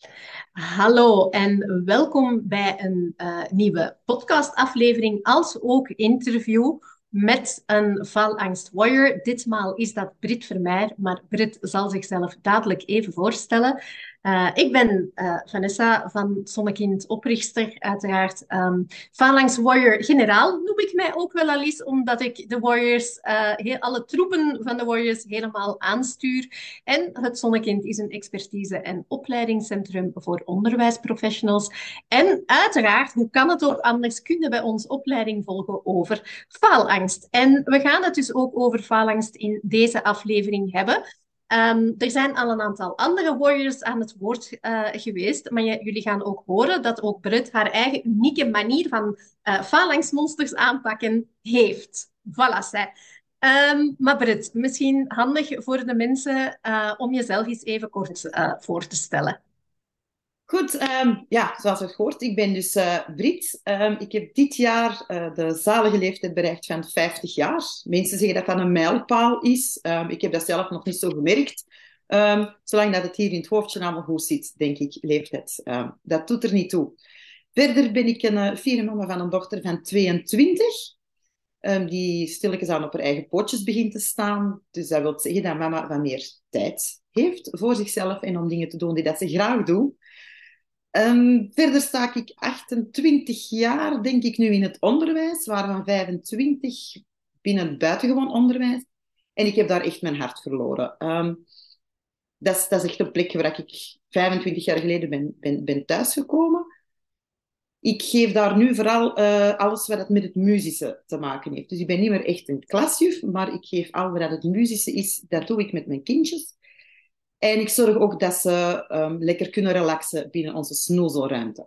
Hallo en welkom bij een nieuwe podcastaflevering als ook interview met een faalangst warrior. Ditmaal is dat Brit Vermeer, maar Brit zal zichzelf dadelijk even voorstellen. Ik ben Vanessa van Sonnekind, oprichter, uiteraard. Phalanx Warrior generaal noem ik mij ook wel al eens, omdat ik de Warriors, alle troepen van de Warriors helemaal aanstuur. En het Zonnekind is een expertise- en opleidingscentrum voor onderwijsprofessionals. En uiteraard, hoe kan het ook anders, kunnen wij ons opleiding volgen over faalangst. En we gaan het dus ook over faalangst in deze aflevering hebben. Er zijn al een aantal andere warriors aan het woord geweest, maar jullie gaan ook horen dat ook Brut haar eigen unieke manier van phalanxmonsters aanpakken heeft. Voilà, zij. Maar Brut, misschien handig voor de mensen om jezelf eens even kort voor te stellen. Goed, ja, zoals je het hoort, ik ben dus Brit. Ik heb dit jaar de zalige leeftijd bereikt van 50 jaar. Mensen zeggen dat dat een mijlpaal is. Ik heb dat zelf nog niet zo gemerkt. Zolang dat het hier in het hoofdje allemaal goed zit, denk ik, leeftijd. Dat doet er niet toe. Verder ben ik een fiere mama van een dochter van 22. Die stilletjes aan op haar eigen pootjes begint te staan. Dus dat wil zeggen dat mama wat meer tijd heeft voor zichzelf en om dingen te doen die dat ze graag doet. Verder sta ik 28 jaar, denk ik, nu in het onderwijs, waarvan 25 binnen het buitengewoon onderwijs. En ik heb daar echt mijn hart verloren. Dat is echt een plek waar ik 25 jaar geleden ben thuisgekomen. Ik geef daar nu vooral alles wat het met het muzische te maken heeft. Dus ik ben niet meer echt een klasjuf, maar ik geef al wat het muzische is, dat doe ik met mijn kindjes. En ik zorg ook dat ze lekker kunnen relaxen binnen onze snoezelruimte.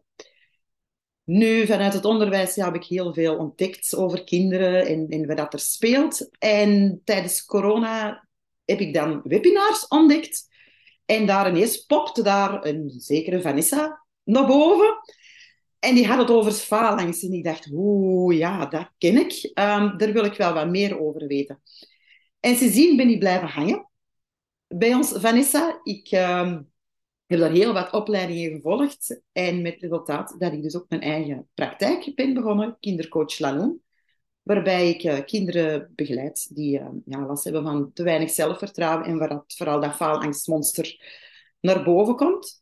Nu, vanuit het onderwijs heb ik heel veel ontdekt over kinderen en wat dat er speelt. En tijdens corona heb ik dan webinars ontdekt. En daar ineens popte daar een zekere Vanessa naar boven. En die had het over phalanx. En ik dacht, oeh, ja, dat ken ik. Daar wil ik wel wat meer over weten. En sindsdien ben ik blijven hangen bij ons, Vanessa. Ik heb daar heel wat opleidingen gevolgd. En met het resultaat dat ik dus ook mijn eigen praktijk ben begonnen, kindercoach Lanoen. Waarbij ik kinderen begeleid die last hebben van te weinig zelfvertrouwen en waar vooral dat faalangstmonster naar boven komt.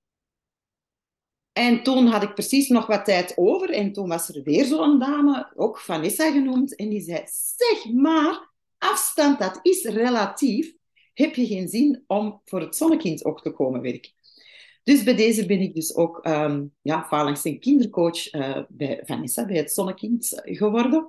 En toen had ik precies nog wat tijd over. En toen was er weer zo'n dame, ook Vanessa genoemd. En die zei, zeg maar, afstand dat is relatief. Heb je geen zin om voor het Zonnekind ook te komen werken? Dus bij deze ben ik dus ook phalanx- en kindercoach bij Vanessa, bij het Zonnekind geworden.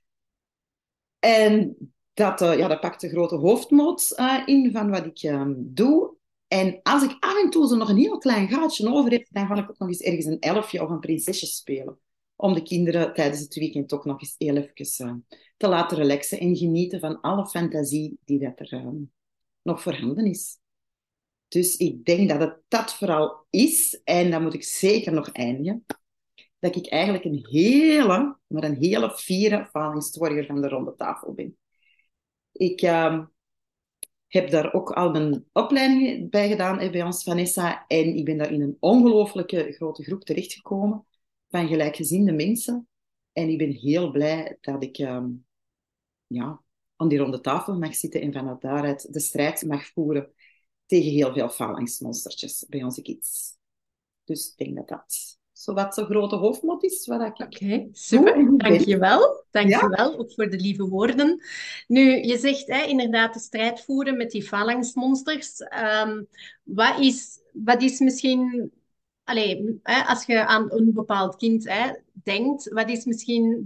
En dat pakt de grote hoofdmoot in van wat ik doe. En als ik af en toe zo nog een heel klein gaatje over heb, dan ga ik ook nog eens ergens een elfje of een prinsesje spelen. Om de kinderen tijdens het weekend ook nog eens heel even te laten relaxen en genieten van alle fantasie die dat er nog voorhanden is. Dus ik denk dat het dat vooral is. En dan moet ik zeker nog eindigen. Dat ik eigenlijk een hele fiere falingswarrior van de ronde tafel ben. Ik heb daar ook al een opleiding bij gedaan bij ons, Vanessa. En ik ben daar in een ongelooflijke grote groep terechtgekomen van gelijkgezinde mensen. En ik ben heel blij dat ik aan die ronde tafel mag zitten en vanuit daaruit de strijd mag voeren tegen heel veel phalanxmonstertjes bij onze kids. Dus ik denk dat dat zowat zo'n grote hoofdmot is wat ik Oké, doe en super. hoe ik ben. Dankjewel. Ja? Dankjewel ook voor de lieve woorden. Nu, je zegt inderdaad de strijd voeren met die phalanxmonsters. Wat is misschien, als je aan een bepaald kind denkt, wat is misschien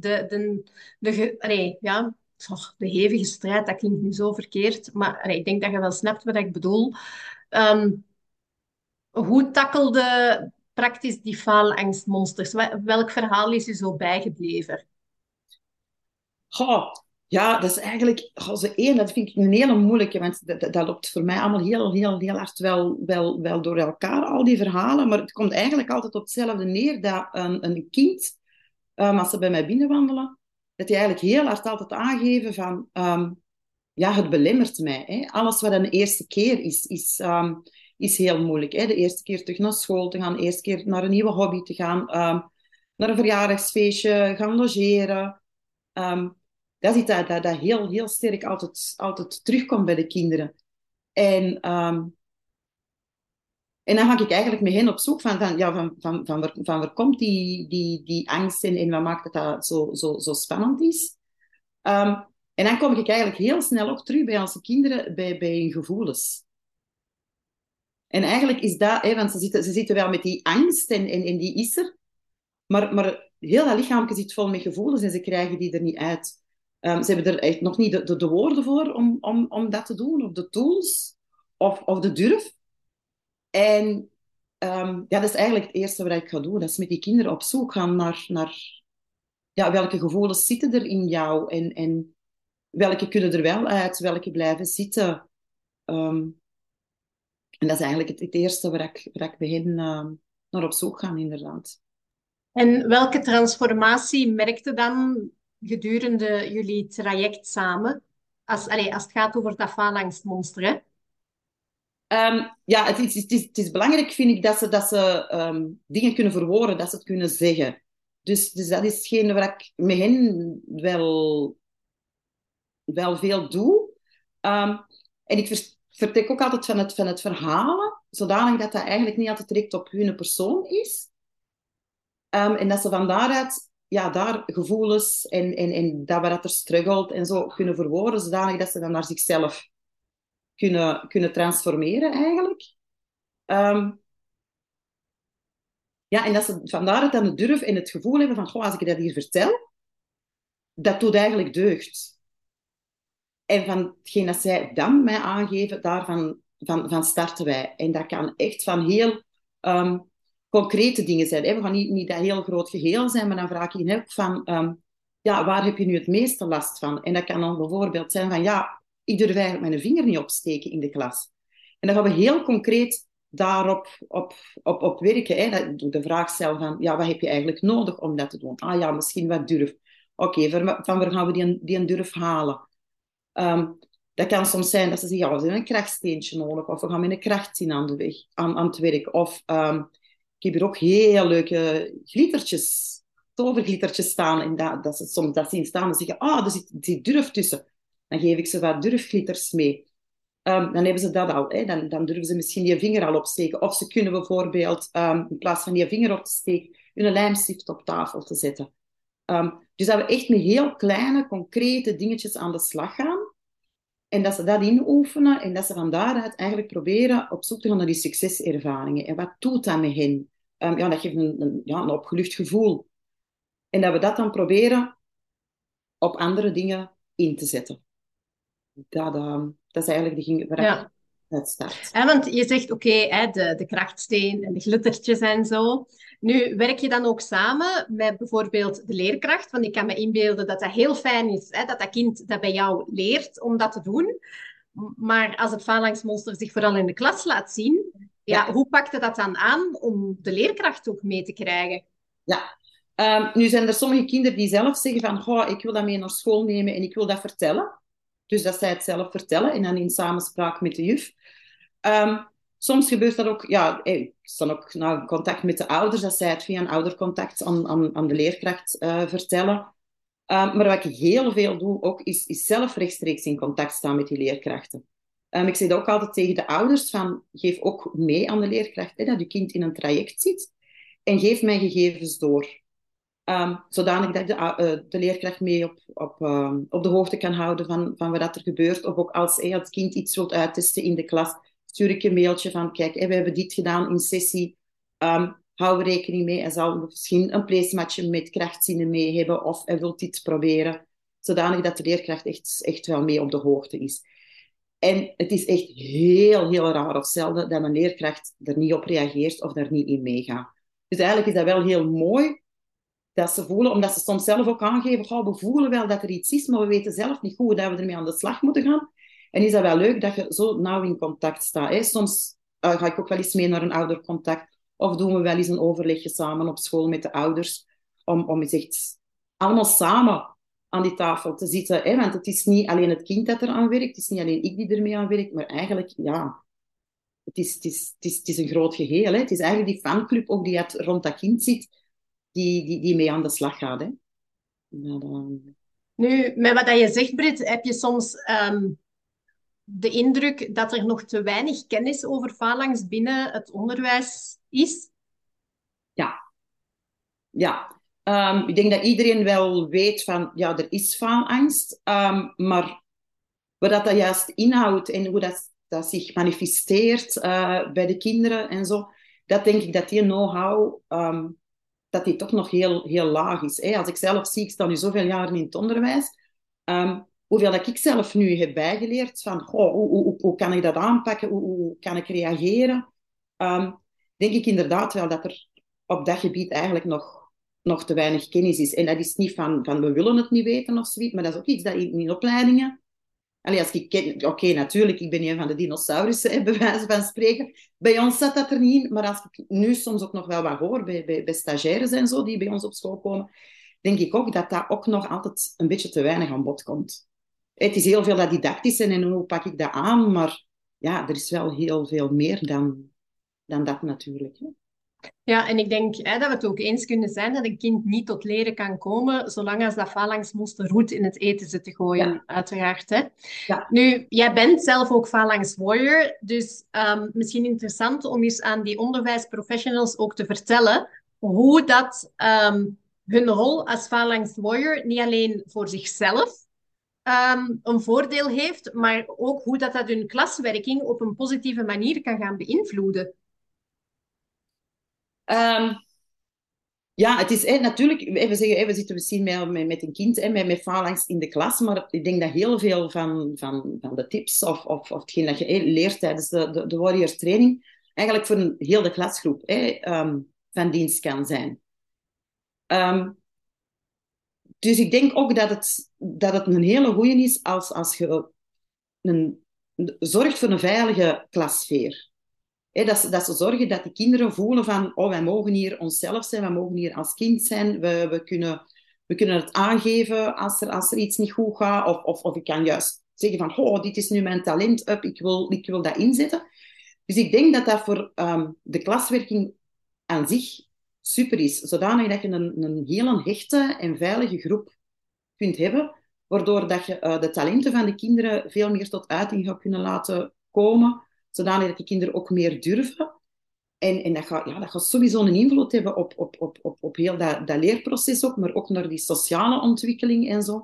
de hevige strijd? Dat klinkt nu zo verkeerd, maar ik denk dat je wel snapt wat ik bedoel. Ehm, Hoe tackelde praktisch die faalangstmonsters? Welk verhaal is je zo bijgebleven? Goh, ja, dat is eigenlijk dat vind ik een hele moeilijke, want dat loopt voor mij allemaal heel, heel, heel hard wel door elkaar, al die verhalen. Maar het komt eigenlijk altijd op hetzelfde neer dat een kind, als ze bij mij binnenwandelen, dat die eigenlijk heel hard altijd aangeven van, ja, het belemmert mij. Hè. Alles wat een eerste keer is is heel moeilijk. Hè? De eerste keer terug naar school te gaan, de eerste keer naar een nieuwe hobby te gaan, naar een verjaardagsfeestje gaan logeren. Dat is iets dat heel, heel sterk altijd terugkomt bij de kinderen. En dan ga ik eigenlijk met hen op zoek van waar komt die angst en wat maakt dat zo spannend is. En dan kom ik eigenlijk heel snel ook terug bij onze kinderen, bij hun gevoelens. En eigenlijk is dat, want ze zitten wel met die angst en die is er, maar heel dat lichaam zit vol met gevoelens en ze krijgen die er niet uit. Ze hebben er echt nog niet de woorden voor om dat te doen, of de tools, of de durf. En dat is eigenlijk het eerste wat ik ga doen. Dat is met die kinderen op zoek gaan naar welke gevoelens zitten er in jou en welke kunnen er wel uit, welke blijven zitten. En dat is eigenlijk het eerste waar ik bij hen naar op zoek ga, inderdaad. En welke transformatie merkte dan gedurende jullie traject samen? Als het gaat over dat faalangstmonster, hè? Het is belangrijk, vind ik, dat ze dingen kunnen verwoorden, dat ze het kunnen zeggen. Dus dat is hetgeen waar ik met hen wel veel doe. En ik vertrek ook altijd van het verhalen, zodanig dat eigenlijk niet altijd direct op hun persoon is. En dat ze van daaruit daar gevoelens en dat wat er struggelt en zo kunnen verwoorden, zodanig dat ze dan naar zichzelf kunnen transformeren eigenlijk. En dat ze van daaruit dan de durf en het gevoel hebben van, goh, als ik dat hier vertel, dat doet eigenlijk deugd. En van hetgeen dat zij dan mij aangeven, daarvan van starten wij. En dat kan echt van heel concrete dingen zijn. Hè? We gaan niet dat heel groot geheel zijn, maar dan vraag ik ook van, waar heb je nu het meeste last van? En dat kan dan bijvoorbeeld zijn van, ik durf eigenlijk mijn vinger niet opsteken in de klas. En dan gaan we heel concreet daarop op werken. Hè? Dat doe de vraag stellen van, wat heb je eigenlijk nodig om dat te doen? Misschien wat durf. Oké, van waar gaan we die durf halen? Dat kan soms zijn dat ze zeggen, we hebben een krachtsteentje nodig, of we gaan met een krachtzin aan het werk. Of ik heb hier ook heel leuke glittertjes, toverglittertjes staan. En dat ze soms dat zien staan en zeggen, er zit durf tussen. Dan geef ik ze wat durfglitters mee. Dan hebben ze dat al. Hè. Dan durven ze misschien die vinger al opsteken. Of ze kunnen bijvoorbeeld, in plaats van die vinger op te steken, hun lijmstift op tafel te zetten. Dus dat we echt met heel kleine, concrete dingetjes aan de slag gaan. En dat ze dat inoefenen en dat ze van daaruit eigenlijk proberen op zoek te gaan naar die succeservaringen. En wat doet dat met hen? Dat geeft een opgelucht gevoel. En dat we dat dan proberen op andere dingen in te zetten. Dat is eigenlijk de ging waar ik uit start. Want je zegt, de krachtsteen en de glittertjes en zo. Nu, werk je dan ook samen met bijvoorbeeld de leerkracht? Want ik kan me inbeelden dat dat heel fijn is, dat kind dat bij jou leert om dat te doen. Maar als het faalangstmonster zich vooral in de klas laat zien, hoe pakt je dat dan aan om de leerkracht ook mee te krijgen? Ja, nu zijn er sommige kinderen die zelf zeggen van, ik wil dat mee naar school nemen en ik wil dat vertellen. Dus dat zij het zelf vertellen en dan in samenspraak met de juf. Soms gebeurt dat ook, ik sta ook in contact met de ouders, dat zij het via een oudercontact aan de leerkracht vertellen. Maar wat ik heel veel doe ook, is zelf rechtstreeks in contact staan met die leerkrachten. Ik zeg dat ook altijd tegen de ouders, van geef ook mee aan de leerkracht, dat je kind in een traject zit en geef mijn gegevens door. Zodanig dat ik de leerkracht mee op de hoogte kan houden van wat er gebeurt. Of ook als het kind iets wilt uittesten in de klas, stuur ik een mailtje van, kijk, we hebben dit gedaan in sessie. Hou rekening mee. Hij zal misschien een placematje met krachtzinnen mee hebben of hij wil dit proberen. Zodanig dat de leerkracht echt wel mee op de hoogte is. En het is echt heel, heel raar of zelden dat een leerkracht er niet op reageert of daar niet in meegaat. Dus eigenlijk is dat wel heel mooi dat ze voelen, omdat ze soms zelf ook aangeven, we voelen wel dat er iets is, maar we weten zelf niet goed hoe dat we ermee aan de slag moeten gaan. En is dat wel leuk dat je zo nauw in contact staat. Hè? Soms ga ik ook wel eens mee naar een oudercontact, of doen we wel eens een overlegje samen op school met de ouders, om eens echt allemaal samen aan die tafel te zitten. Hè? Want het is niet alleen het kind dat er aan werkt, het is niet alleen ik die ermee aan werkt, maar eigenlijk, het is een groot geheel. Hè. Het is eigenlijk die fanclub ook die rond dat kind zit, die mee aan de slag gaat. Hè. Dat, Nu, met wat dat je zegt, Brit, heb je soms de indruk dat er nog te weinig kennis over phalanx binnen het onderwijs is? ja, ja. Ik denk dat iedereen wel weet van, ja, er is faalangst, maar wat dat juist inhoudt en hoe dat zich manifesteert bij de kinderen en zo, dat denk ik dat die know-how, dat die toch nog heel, heel laag is. Hè? Als ik zelf zie, ik sta nu zoveel jaren in het onderwijs, hoeveel dat ik zelf nu heb bijgeleerd, van hoe kan ik dat aanpakken, hoe kan ik reageren, denk ik inderdaad wel dat er op dat gebied eigenlijk nog te weinig kennis is. En dat is niet van we willen het niet weten of zoiets, maar dat is ook iets dat in opleidingen... Allee, als ik ken... Oké, natuurlijk, ik ben een van de dinosaurussen, bij wijze van spreken. Bij ons zat dat er niet in, maar als ik nu soms ook nog wel wat hoor bij stagiaires en zo, die bij ons op school komen, denk ik ook dat dat ook nog altijd een beetje te weinig aan bod komt. Het is heel veel dat didactische en hoe pak ik dat aan, maar ja, er is wel heel veel meer dan dat natuurlijk. Hè. Ja, en ik denk dat we het ook eens kunnen zijn dat een kind niet tot leren kan komen, zolang als dat phalanxmonster roet in het eten zit te gooien, Ja, uiteraard. Hè. ja. Nu, jij bent zelf ook phalanx warrior, dus misschien interessant om eens aan die onderwijsprofessionals ook te vertellen hoe dat hun rol als phalanx warrior niet alleen voor zichzelf een voordeel heeft, maar ook hoe dat hun klaswerking op een positieve manier kan gaan beïnvloeden. Ehm, Ja, het is natuurlijk, we zeggen, we zitten misschien met een kind, met faalangst in de klas, maar ik denk dat heel veel van de tips of hetgeen dat je leert tijdens de Warriors training eigenlijk voor heel de klasgroep van dienst kan zijn. Um, dus ik denk ook dat het een hele goeie is als je zorgt voor een veilige klassfeer. Dat ze zorgen dat de kinderen voelen van, oh, wij mogen hier onszelf zijn, wij mogen hier als kind zijn, we kunnen het aangeven als er iets niet goed gaat, of ik kan juist zeggen van, oh, dit is nu mijn talent, ik wil dat inzetten. Dus ik denk dat dat voor de klaswerking aan zich super is, zodanig dat je een heel hechte en veilige groep kunt hebben, waardoor dat je de talenten van de kinderen veel meer tot uiting gaat kunnen laten komen, zodanig dat die kinderen ook meer durven. En dat gaat sowieso een invloed hebben op heel dat leerproces ook, maar ook naar die sociale ontwikkeling en zo.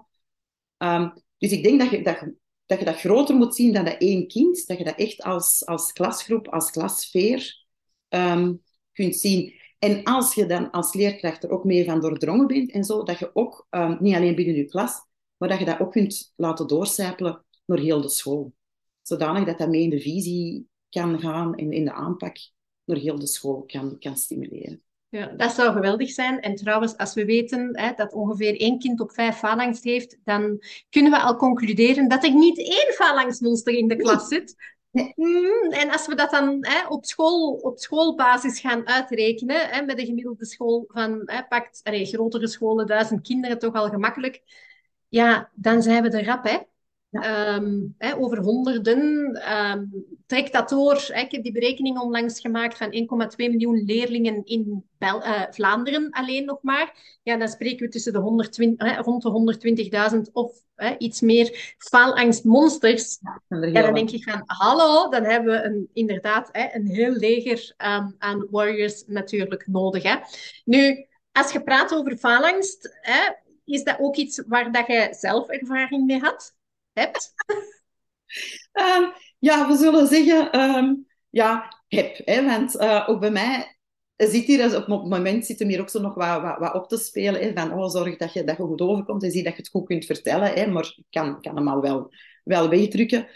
Dus ik denk dat je dat groter moet zien dan dat één kind, dat je dat echt als klasgroep, als klassfeer kunt zien. En als je dan als leerkracht er ook mee van doordrongen bent en zo, dat je ook, niet alleen binnen je klas, maar dat je dat ook kunt laten doorcijpelen door heel de school. Zodanig dat dat mee in de visie kan gaan en in de aanpak door heel de school kan stimuleren. Ja, dat zou geweldig zijn. En trouwens, als we weten dat ongeveer 1 kind op 5 phalanx heeft, dan kunnen we al concluderen dat er niet 1 phalanxmonster in de klas zit. Nee. En als we dat dan op schoolbasis gaan uitrekenen, met een gemiddelde school van pakt grotere scholen, 1000 kinderen toch al gemakkelijk, ja, dan zijn we er rap, hè. Ja. Over honderden. Trek dat door. Ik heb die berekening onlangs gemaakt van 1,2 miljoen leerlingen in Vlaanderen alleen nog maar. Ja, dan spreken we tussen de 120, rond de 120.000 of iets meer faalangstmonsters. Ja, dan denk ik van, hallo, dan hebben we inderdaad een heel leger aan warriors natuurlijk nodig. Hè. Nu, als je praat over faalangst, is dat ook iets waar dat je zelf ervaring mee had? Hebt? Ja, we zullen zeggen, heb. Hè, want ook bij mij zit hier, dus op het moment zit hem hier ook zo nog wat op te spelen. Hè, van, zorg dat je goed overkomt en zie dat je het goed kunt vertellen. Hè, maar ik kan hem al wel wegdrukken.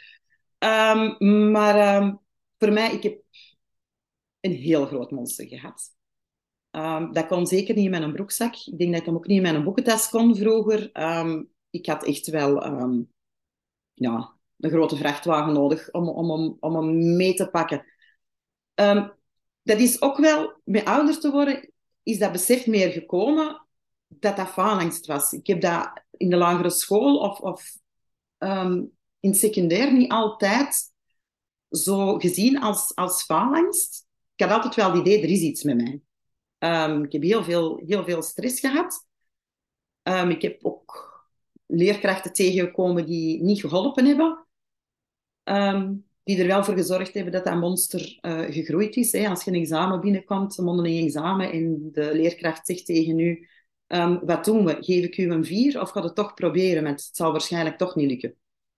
Maar voor mij, ik heb een heel groot monster gehad. Dat kon zeker niet in mijn broekzak. Ik denk dat ik hem ook niet in mijn boekentas kon vroeger. Ik had echt wel... een grote vrachtwagen nodig om hem mee te pakken. Dat is ook wel, met ouder te worden, is dat besef meer gekomen dat faalangst was. Ik heb dat in de lagere school of in het secundair niet altijd zo gezien als faalangst. Ik had altijd wel het idee, er is iets met mij. Ik heb heel veel stress gehad. Ik heb ook leerkrachten tegengekomen die niet geholpen hebben. Die er wel voor gezorgd hebben dat dat monster gegroeid is. Hè. Als je een examen binnenkomt, een mondeling examen, en de leerkracht zegt tegen u, wat doen we? Geef ik u een 4 of ga het toch proberen? Want het zal waarschijnlijk toch niet lukken.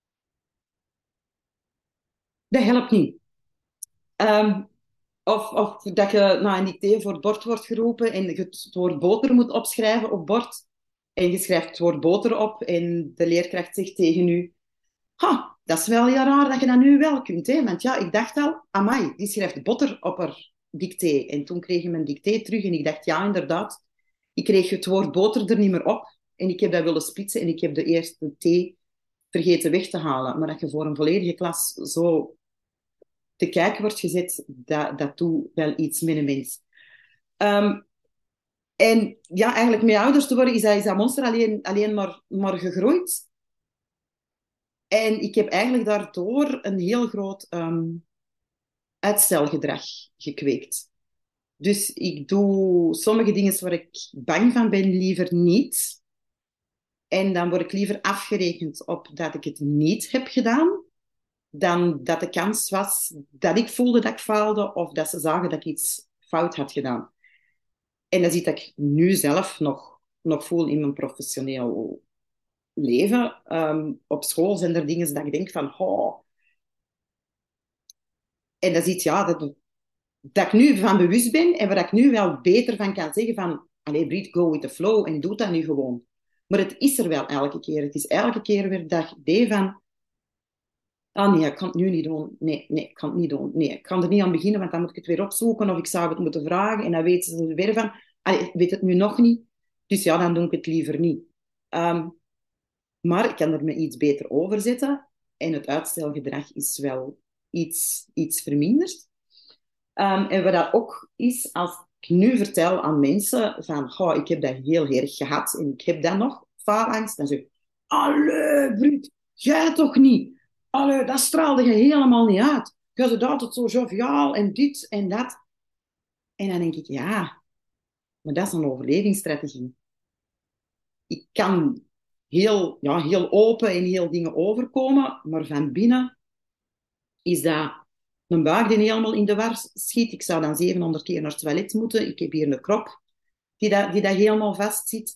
Dat helpt niet. Of dat je na een dicté voor het bord wordt geroepen en je het woord boter moet opschrijven op bord. En je schrijft het woord boter op en de leerkracht zegt tegen u, ha, dat is wel heel raar dat je dat nu wel kunt. Hè? Want ja, ik dacht al, amai, die schrijft boter op haar dicté. En toen kreeg je mijn dicté terug en ik dacht, ja, inderdaad. Ik kreeg het woord boter er niet meer op. En ik heb dat willen splitsen en ik heb de eerste T vergeten weg te halen. Maar dat je voor een volledige klas zo te kijken wordt gezet, dat doet wel iets met een mens. En ja, eigenlijk met ouders te worden, is dat monster alleen maar gegroeid. En ik heb eigenlijk daardoor een heel groot uitstelgedrag gekweekt. Dus ik doe sommige dingen waar ik bang van ben, liever niet. En dan word ik liever afgerekend op dat ik het niet heb gedaan, dan dat de kans was dat ik voelde dat ik faalde, of dat ze zagen dat ik iets fout had gedaan. En dat is iets dat ik nu zelf nog voel in mijn professioneel leven. Op school zijn er dingen dat ik denk van, oh. En dat is iets, ja, dat ik nu van bewust ben en waar ik nu wel beter van kan zeggen van, allee, Brit, go with the flow en doe dat nu gewoon. Maar het is er wel elke keer. Het is elke keer weer dat ik deed van, ah nee, ik kan het nu niet doen. Nee, ik kan het niet doen. Nee, ik kan er niet aan beginnen, want dan moet ik het weer opzoeken of ik zou het moeten vragen en dan weten ze er weer van, allee, ik weet het nu nog niet. Dus ja, dan doe ik het liever niet. Maar ik kan er me iets beter over zetten en het uitstelgedrag is wel iets verminderd. En wat dat ook is, als ik nu vertel aan mensen van, oh, ik heb dat heel erg gehad en ik heb dat nog, faalangst, dan zeg ik, allee, Brit, jij toch niet? Allee, dat straalde je helemaal niet uit. Je bent altijd zo joviaal en dit en dat. En dan denk ik, ja, maar dat is een overlevingsstrategie. Ik kan heel open en heel dingen overkomen, maar van binnen is dat een buik die helemaal in de war schiet. Ik zou dan 700 keer naar het toilet moeten. Ik heb hier een krop die dat helemaal vast zit.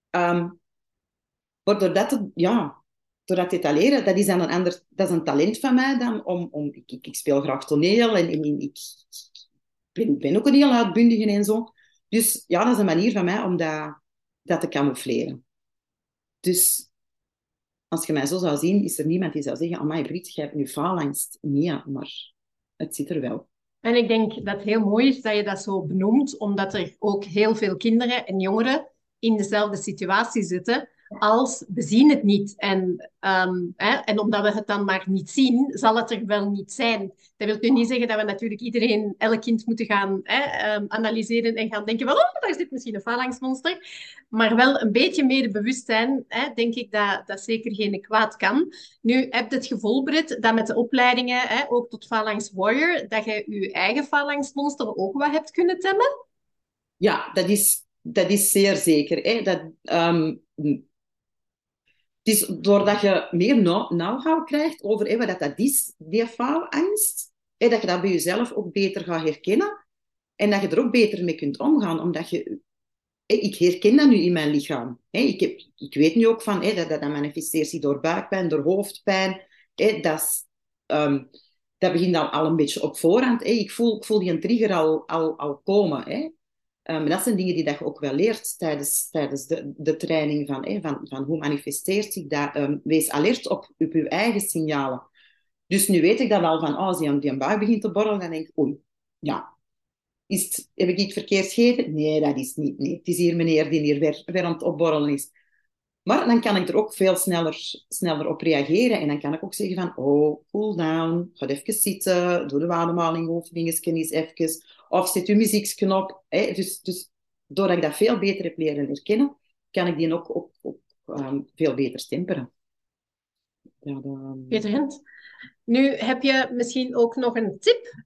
Maar doordat dit te leren, dat is dan dat is een talent van mij dan. Ik speel graag toneel en ik ben ook een heel uitbundige en zo. Dus ja, dat is een manier van mij om dat te camoufleren. Dus als je mij zo zou zien, is er niemand die zou zeggen, amai Brit, jij hebt nu faalangst. Nee, maar het zit er wel. En ik denk dat het heel mooi is dat je dat zo benoemt, omdat er ook heel veel kinderen en jongeren in dezelfde situatie zitten als we zien het niet. En omdat we het dan maar niet zien, zal het er wel niet zijn. Dat wil nu niet zeggen dat we natuurlijk elk kind moeten gaan analyseren en gaan denken van, oh, daar zit misschien een phalanxmonster. Maar wel een beetje meer bewustzijn, denk ik dat zeker geen kwaad kan. Nu, heb je het gevoel, Britt, dat met de opleidingen, ook tot Phalanx Warrior, dat je je eigen phalanxmonster ook wat hebt kunnen temmen? Ja, dat is zeer zeker. Hè. Het is doordat je meer know-how krijgt over wat dat is, die faalangst, dat je dat bij jezelf ook beter gaat herkennen en dat je er ook beter mee kunt omgaan, omdat ik herken dat nu in mijn lichaam. Ik weet nu ook van, dat manifesteert zich door buikpijn, door hoofdpijn. Dat begint al een beetje op voorhand. Ik voel die een trigger al komen. Dat zijn dingen die dat je ook wel leert tijdens de training van hoe manifesteert zich dat. Wees alert op je eigen signalen. Dus nu weet ik dat al van, als die een buik begint te borrelen, dan denk ik, oei, ja, heb ik iets verkeerd gegeten? Nee, dat is niet. Nee. Het is hier meneer die hier weer aan het opborrelen is. Maar dan kan ik er ook veel sneller op reageren. En dan kan ik ook zeggen van, oh, cool down. Ga even zitten. Doe de ademhaling, oefeningen eens even. Of zet je muziekknop. Dus doordat ik dat veel beter heb leren herkennen, kan ik die ook veel beter stemperen. Ja, Schitterend. Nu heb je misschien ook nog een tip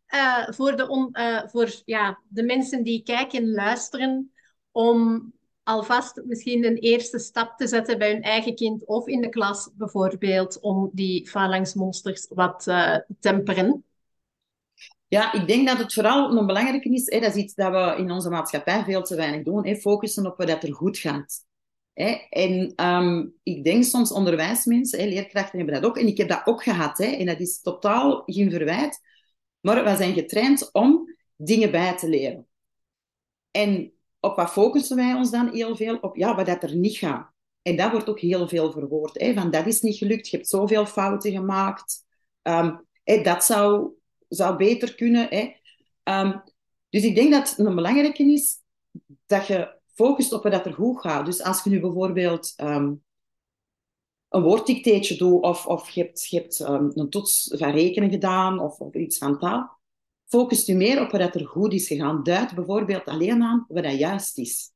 voor de mensen die kijken en luisteren, om alvast misschien een eerste stap te zetten bij hun eigen kind of in de klas bijvoorbeeld, om die phalanxmonsters wat te temperen. Ja, ik denk dat het vooral nog belangrijker is, hè, dat is iets dat we in onze maatschappij veel te weinig doen, hè, focussen op wat er goed gaat. Hè. En ik denk soms onderwijsmensen, hè, leerkrachten hebben dat ook, en ik heb dat ook gehad, hè, en dat is totaal geen verwijt, maar we zijn getraind om dingen bij te leren. En op wat focussen wij ons dan heel veel? Op ja, wat dat er niet gaat. En dat wordt ook heel veel verwoord. Hè? Van dat is niet gelukt, je hebt zoveel fouten gemaakt. Dat zou beter kunnen. Hè? Dus ik denk dat het een belangrijke is dat je focust op wat er goed gaat. Dus als je nu bijvoorbeeld een woorddicteetje doet of je hebt een toets van rekenen gedaan of iets van taal, focust je meer op wat er goed is gegaan. Duid bijvoorbeeld alleen aan wat dat juist is.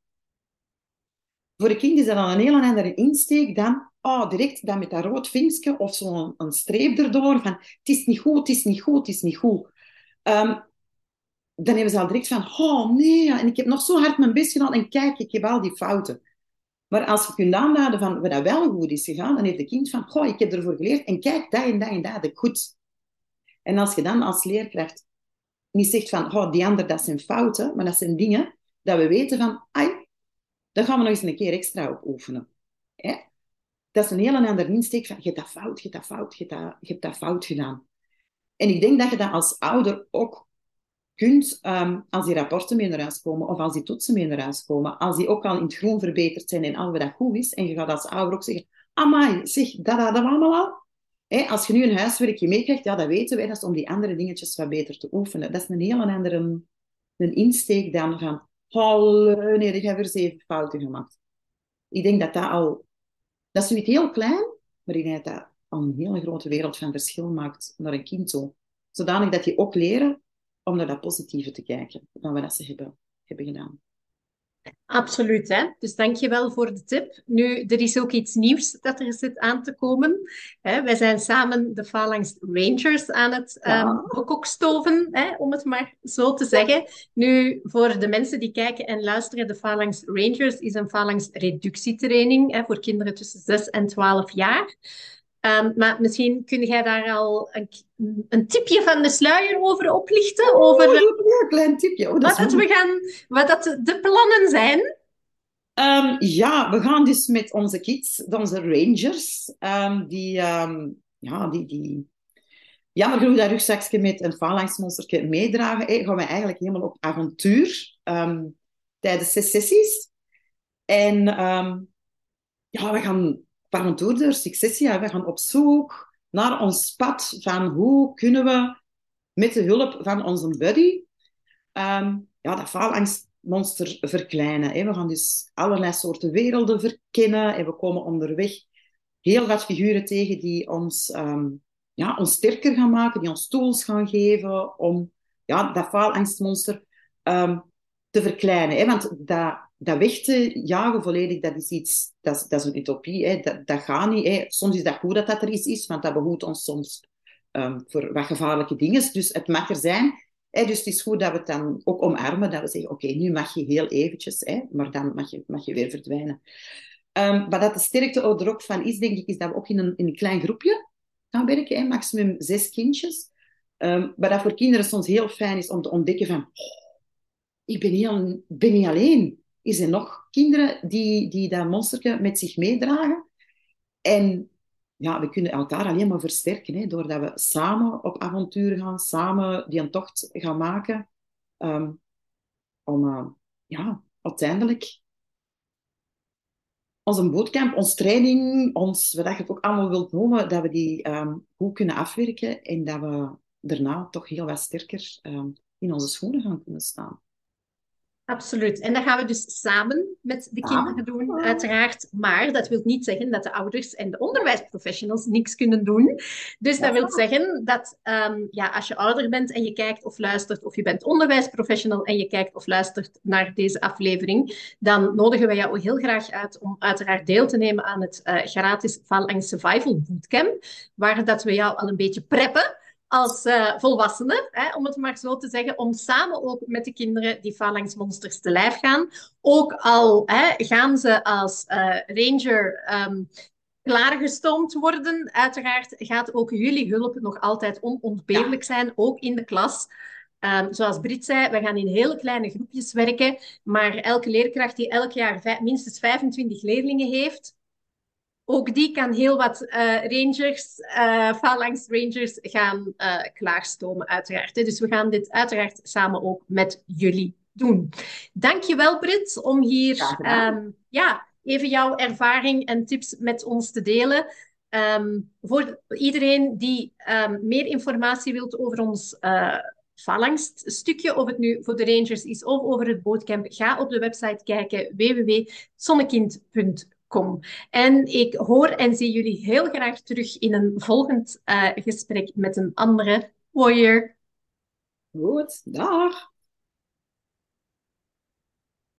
Voor een kind is dat dan een heel andere insteek dan direct dan met dat rood vinkje of zo'n een streep erdoor van het is niet goed, het is niet goed, het is niet goed. Dan hebben ze al direct van oh nee, en ik heb nog zo hard mijn best gedaan en kijk, ik heb al die fouten. Maar als je kunt aanduiden van wat dat wel goed is gegaan, dan heeft het kind van ik heb ervoor geleerd en kijk, dat en dat en dat heb ik goed. En als je dan als leerkracht niet zegt van die ander, dat zijn fouten, maar dat zijn dingen dat we weten van daar gaan we nog eens een keer extra op oefenen. Hè? Dat is een heel andere insteek van je hebt dat fout, je hebt dat fout, je hebt dat fout gedaan. En ik denk dat je dat als ouder ook kunt, als die rapporten mee naar huis komen of als die toetsen mee naar huis komen, als die ook al in het groen verbeterd zijn en al wat dat goed is, en je gaat als ouder ook zeggen, amai, zeg, dat hadden we allemaal al. Hè, als je nu een huiswerkje meekrijgt, ja, dat weten wij, dat is om die andere dingetjes wat beter te oefenen. Dat is een heel andere een insteek dan van, nee, ik heb weer 7 fouten gemaakt. Ik denk dat dat is zoiets heel klein, maar ik denk dat dat al een hele grote wereld van verschil maakt naar een kind toe. Zodanig dat die ook leren om naar dat positieve te kijken, van wat ze hebben gedaan. Absoluut, hè? Dus dank je wel voor de tip. Nu, er is ook iets nieuws dat er zit aan te komen. Wij zijn samen de Phalanx Rangers aan het bekokstoven, om het maar zo te zeggen. Nu, voor de mensen die kijken en luisteren, de Phalanx Rangers is een phalanx reductietraining voor kinderen tussen 6 en 12 jaar. Maar misschien kun jij daar al een tipje van de sluier over oplichten? Over Een klein tipje. wat dat de plannen zijn. Ja, we gaan dus met onze kids, onze rangers, die jammer genoeg dat rugzakje met een phalanxmonstertje meedragen, gaan we eigenlijk helemaal op avontuur tijdens 6 sessies. En we gaan op avontuur door successie. We gaan op zoek naar ons pad van hoe kunnen we met de hulp van onze buddy dat phalanxmonster verkleinen. Hè. We gaan dus allerlei soorten werelden verkennen en we komen onderweg heel wat figuren tegen die ons sterker gaan maken, die ons tools gaan geven om dat phalanxmonster te verkleinen. Hè. Want dat weg te jagen volledig, dat is iets, dat is een utopie. Hè. Dat gaat niet. Hè. Soms is dat goed dat er iets is, want dat behoedt ons soms voor wat gevaarlijke dingen. Dus het mag er zijn. Dus het is goed dat we het dan ook omarmen, dat we zeggen, oké, nu mag je heel eventjes, maar dan mag je weer verdwijnen. Maar dat de sterkte er ook van is, denk ik, is dat we ook in een klein groepje gaan werken, maximum 6 kindjes. Maar dat voor kinderen soms heel fijn is om te ontdekken van, ik ben niet alleen. Er zijn nog kinderen die dat monstertje met zich meedragen. En we kunnen elkaar alleen maar versterken, doordat we samen op avonturen gaan, samen die een tocht gaan maken, om uiteindelijk onze bootcamp, onze training, wat je het ook allemaal wilt noemen, dat we die goed kunnen afwerken en dat we daarna toch heel wat sterker in onze schoenen gaan kunnen staan. Absoluut. En dat gaan we dus samen met de kinderen doen, uiteraard. Maar dat wil niet zeggen dat de ouders en de onderwijsprofessionals niks kunnen doen. Dus dat wil zeggen dat ja, als je ouder bent en je kijkt of luistert, of je bent onderwijsprofessional en je kijkt of luistert naar deze aflevering, dan nodigen wij jou heel graag uit om uiteraard deel te nemen aan het gratis Faalangst Survival Bootcamp, waar dat we jou al een beetje preppen als volwassenen, om het maar zo te zeggen, om samen ook met de kinderen die phalanxmonsters te lijf gaan. Ook al gaan ze als ranger klaargestoomd worden, uiteraard gaat ook jullie hulp nog altijd onontbeerlijk zijn, ook in de klas. Zoals Brit zei, we gaan in hele kleine groepjes werken, maar elke leerkracht die elk jaar minstens 25 leerlingen heeft, ook die kan heel wat rangers, phalanx rangers gaan klaarstomen, uiteraard. Dus we gaan dit uiteraard samen ook met jullie doen. Dankjewel, Brit, om hier ja, even jouw ervaring en tips met ons te delen. Voor iedereen die meer informatie wilt over ons phalanx-stukje, of het nu voor de rangers is of over het bootcamp, ga op de website kijken, www.zonnekind.com. En ik hoor en zie jullie heel graag terug in een volgend gesprek met een andere warrior. Goed, dag.